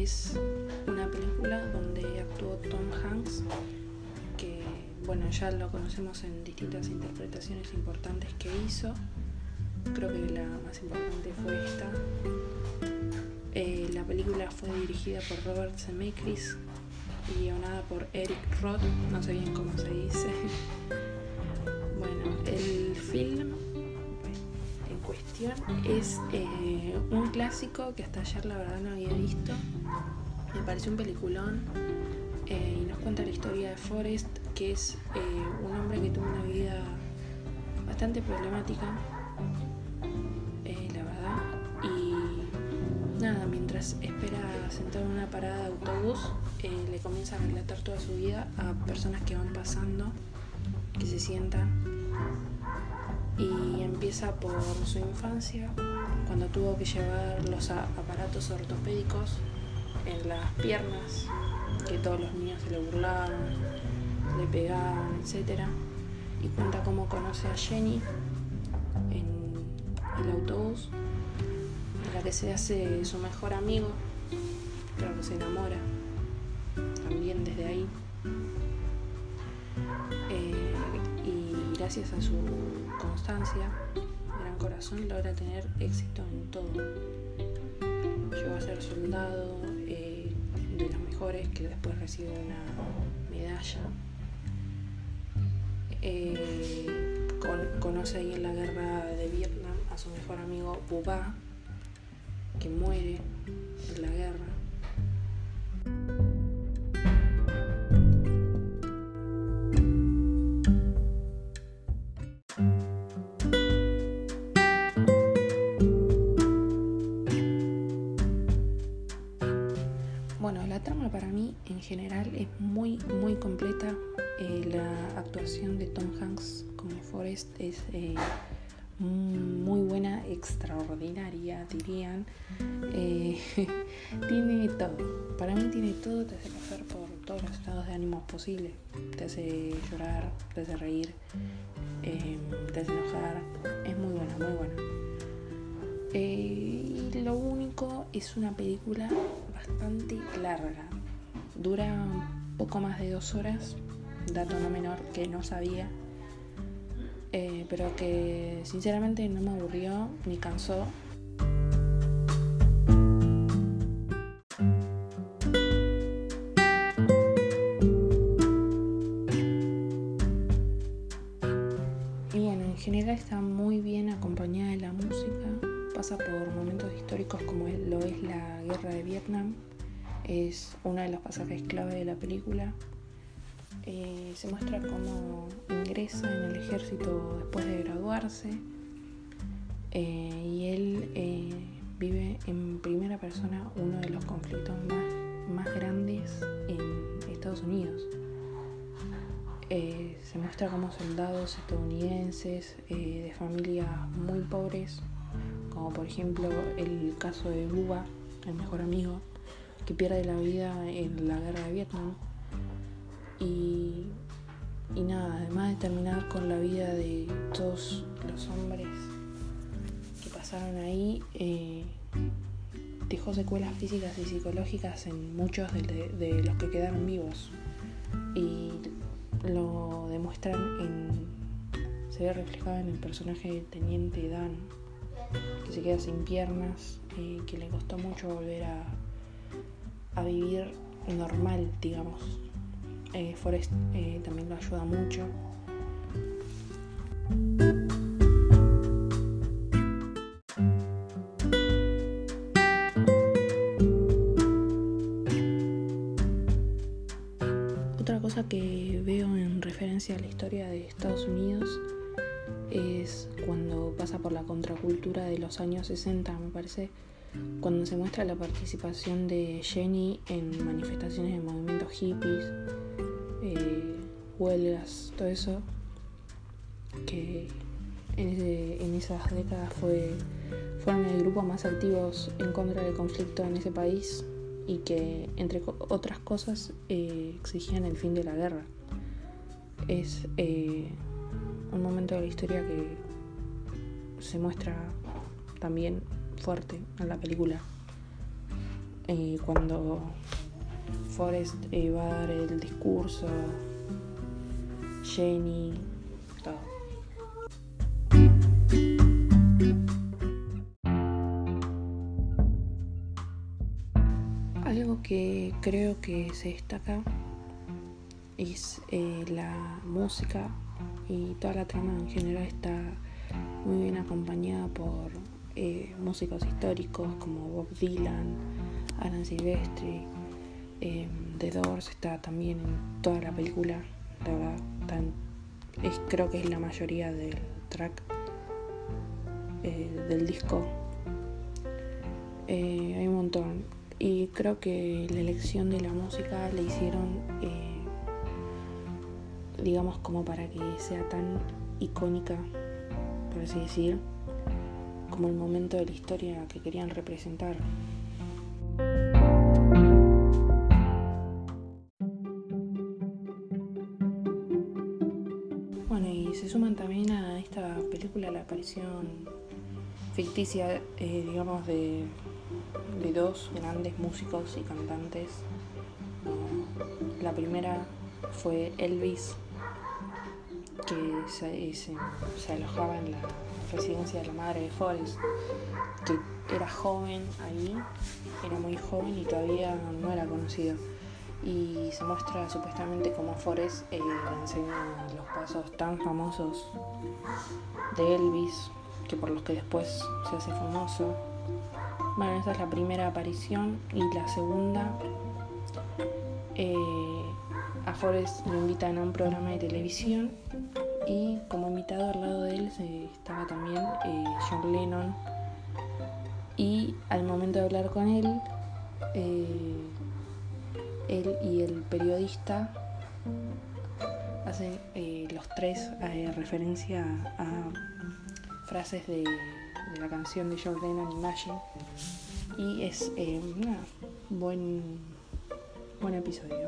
es una película donde actuó Tom Hanks, que ya lo conocemos en distintas interpretaciones importantes que hizo. Creo que la más importante fue esta. La película fue dirigida por Robert Zemeckis y guionada por Eric Roth, no sé bien cómo se dice. El film en cuestión es un clásico que hasta ayer la verdad no había visto. Me pareció un peliculón y nos cuenta la historia de Forrest, que es un hombre que tuvo una vida bastante problemática, la verdad. Y nada, mientras espera sentado en una parada de autobús, le comienza a relatar toda su vida a personas que van pasando, que se sientan. Y empieza por su infancia, cuando tuvo que llevar los aparatos ortopédicos en las piernas, que todos los niños se le burlaban, le pegaban, etc. Y cuenta cómo conoce a Jenny en el autobús, de la que se hace su mejor amigo. Claro que se enamora también desde ahí. Y gracias a su constancia, gran corazón, logra tener éxito en todo. Llegó a ser soldado de los mejores, que después recibe una medalla. Conoce ahí en la guerra de Vietnam a su mejor amigo Bubba, que muere en la guerra. La trama para mí en general es muy completa. La actuación de Tom Hanks como Forrest es muy buena, extraordinaria, dirían. Tiene todo. Para mí tiene todo, te hace pasar por todos los estados de ánimo posibles. Te hace llorar, te hace reír, te hace enojar. Es muy buena, muy buena. Y lo único, es una película bastante larga. Dura un poco más de 2 horas, dato no menor que no sabía, pero que sinceramente no me aburrió ni cansó. Y en general está muy bien acompañada de la música. Pasa por momentos históricos como lo es la guerra de Vietnam. Es uno de los pasajes clave de la película. Se muestra cómo ingresa en el ejército después de graduarse, y él vive en primera persona uno de los conflictos más grandes en Estados Unidos. Se muestra cómo soldados estadounidenses de familias muy pobres, como por ejemplo el caso de Bubba, el mejor amigo, que pierde la vida en la guerra de Vietnam. Y nada, además de terminar con la vida de todos los hombres que pasaron ahí, dejó secuelas físicas y psicológicas en muchos de los que quedaron vivos. Y lo demuestran se ve reflejado en el personaje del teniente Dan, que se queda sin piernas, que le costó mucho volver a vivir normal, digamos. Forrest también lo ayuda mucho. Otra cosa que veo en referencia a la historia de Estados Unidos es cuando pasa por la contracultura de los años 60, me parece, cuando se muestra la participación de Jenny en manifestaciones de movimientos hippies, huelgas, todo eso, que en esas décadas fueron el grupo más activos en contra del conflicto en ese país, y que entre otras cosas exigían el fin de la guerra. Es un momento de la historia que se muestra también fuerte en la película. cuando Forrest va a dar el discurso, Jenny, todo. Algo que creo que se destaca es la música, y toda la trama en general está muy bien acompañada por músicos históricos como Bob Dylan, Alan Silvestri. The Doors está también en toda la película, la verdad, creo que es la mayoría del track del disco. Hay un montón, y creo que la elección de la música la hicieron digamos como para que sea tan icónica, por así decir, como el momento de la historia que querían representar. Bueno, y se suman también a esta película la aparición ficticia, digamos, de dos grandes músicos y cantantes. La primera fue Elvis, que se alojaba en la residencia de la madre de Forrest, que era joven ahí, era muy joven y todavía no era conocido. Y se muestra supuestamente como Forrest le enseña los pasos tan famosos de Elvis, que por los que después se hace famoso. Bueno, esa es la primera aparición. Y la segunda, a Forrest lo invitan a un programa de televisión, y como invitado al lado de él estaba también John Lennon, y al momento de hablar con él y el periodista hacen los tres referencia a frases de la canción de John Lennon, Imagine, y es buen episodio.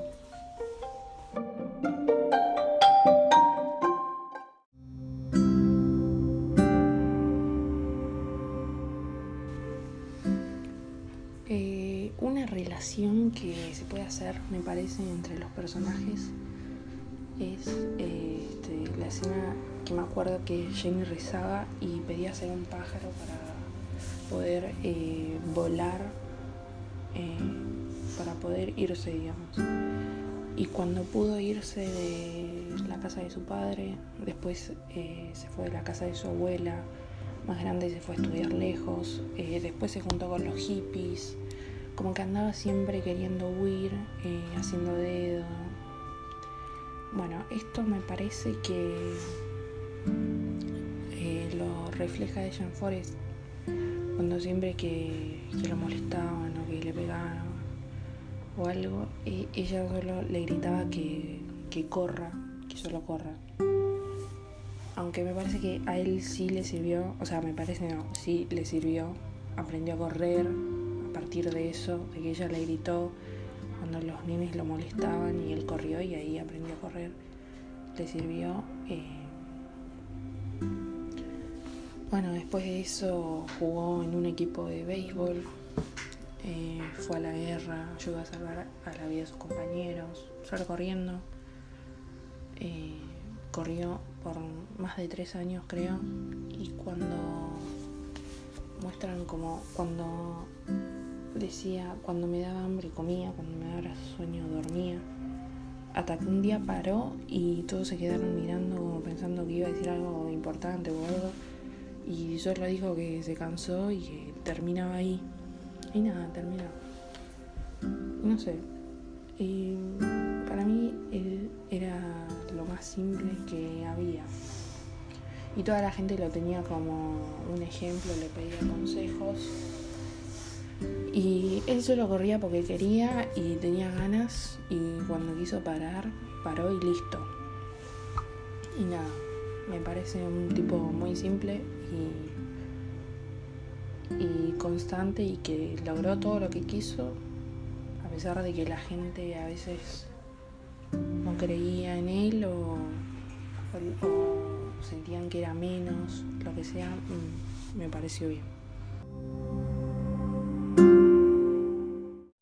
Una relación que se puede hacer, me parece, entre los personajes es la escena que me acuerdo que Jenny rezaba y pedía ser un pájaro para poder volar, para poder irse, digamos. Y cuando pudo irse de la casa de su padre, después se fue de la casa de su abuela más grande, se fue a estudiar lejos, después se juntó con los hippies, como que andaba siempre queriendo huir, haciendo dedo. Bueno, esto me parece que lo refleja ella en Forrest, cuando siempre que lo molestaban o que le pegaban o algo, ella solo le gritaba que corra, que solo corra. Aunque me parece que a él sí le sirvió, sí le sirvió, aprendió a correr a partir de eso, de que ella le gritó cuando los nenes lo molestaban y él corrió y ahí aprendió a correr, le sirvió. Bueno, después de eso jugó en un equipo de béisbol, fue a la guerra, ayudó a salvar a la vida de sus compañeros, solo corriendo. Corrió por más de 3 años, creo, y cuando muestran como cuando decía, cuando me daba hambre comía, cuando me daba sueño dormía, hasta que un día paró y todos se quedaron mirando como pensando que iba a decir algo importante o algo, y solo dijo que se cansó y que terminaba ahí, y nada, terminó. No sé, para mí él era lo más simple que había, y toda la gente lo tenía como un ejemplo, le pedía consejos, y él solo corría porque quería y tenía ganas, y cuando quiso parar, paró y listo. Y nada, me parece un tipo muy simple y constante, y que logró todo lo que quiso, a pesar de que la gente a veces no creía en él o sentían que era menos, lo que sea. Me pareció bien.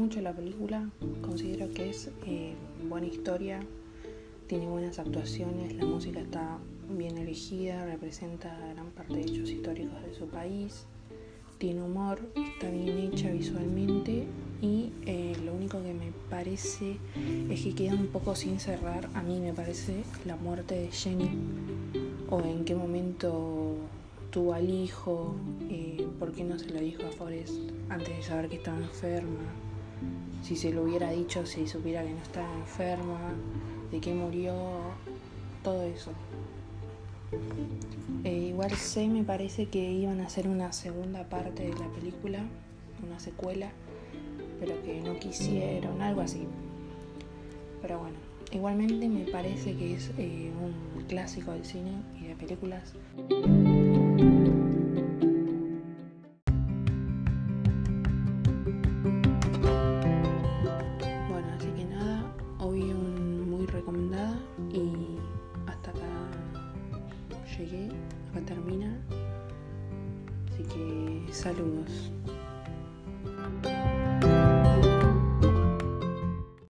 mucho la película, considero que es buena historia, tiene buenas actuaciones, la música está bien elegida, representa gran parte de hechos históricos de su país, tiene humor, está bien hecha visualmente y lo único que me parece es que queda un poco sin cerrar, a mí me parece, la muerte de Jenny, o en qué momento tuvo al hijo, por qué no se lo dijo a Forrest antes de saber que estaba enferma, si se lo hubiera dicho si supiera que no estaba enferma, de qué murió, todo eso. Igual me parece que iban a hacer una segunda parte de la película, una secuela, pero que no quisieron, algo así. Pero bueno, igualmente me parece que es un clásico del cine y de películas. Bueno, así que nada, hoy muy recomendada y hasta acá llegué, acá termina. Así que saludos.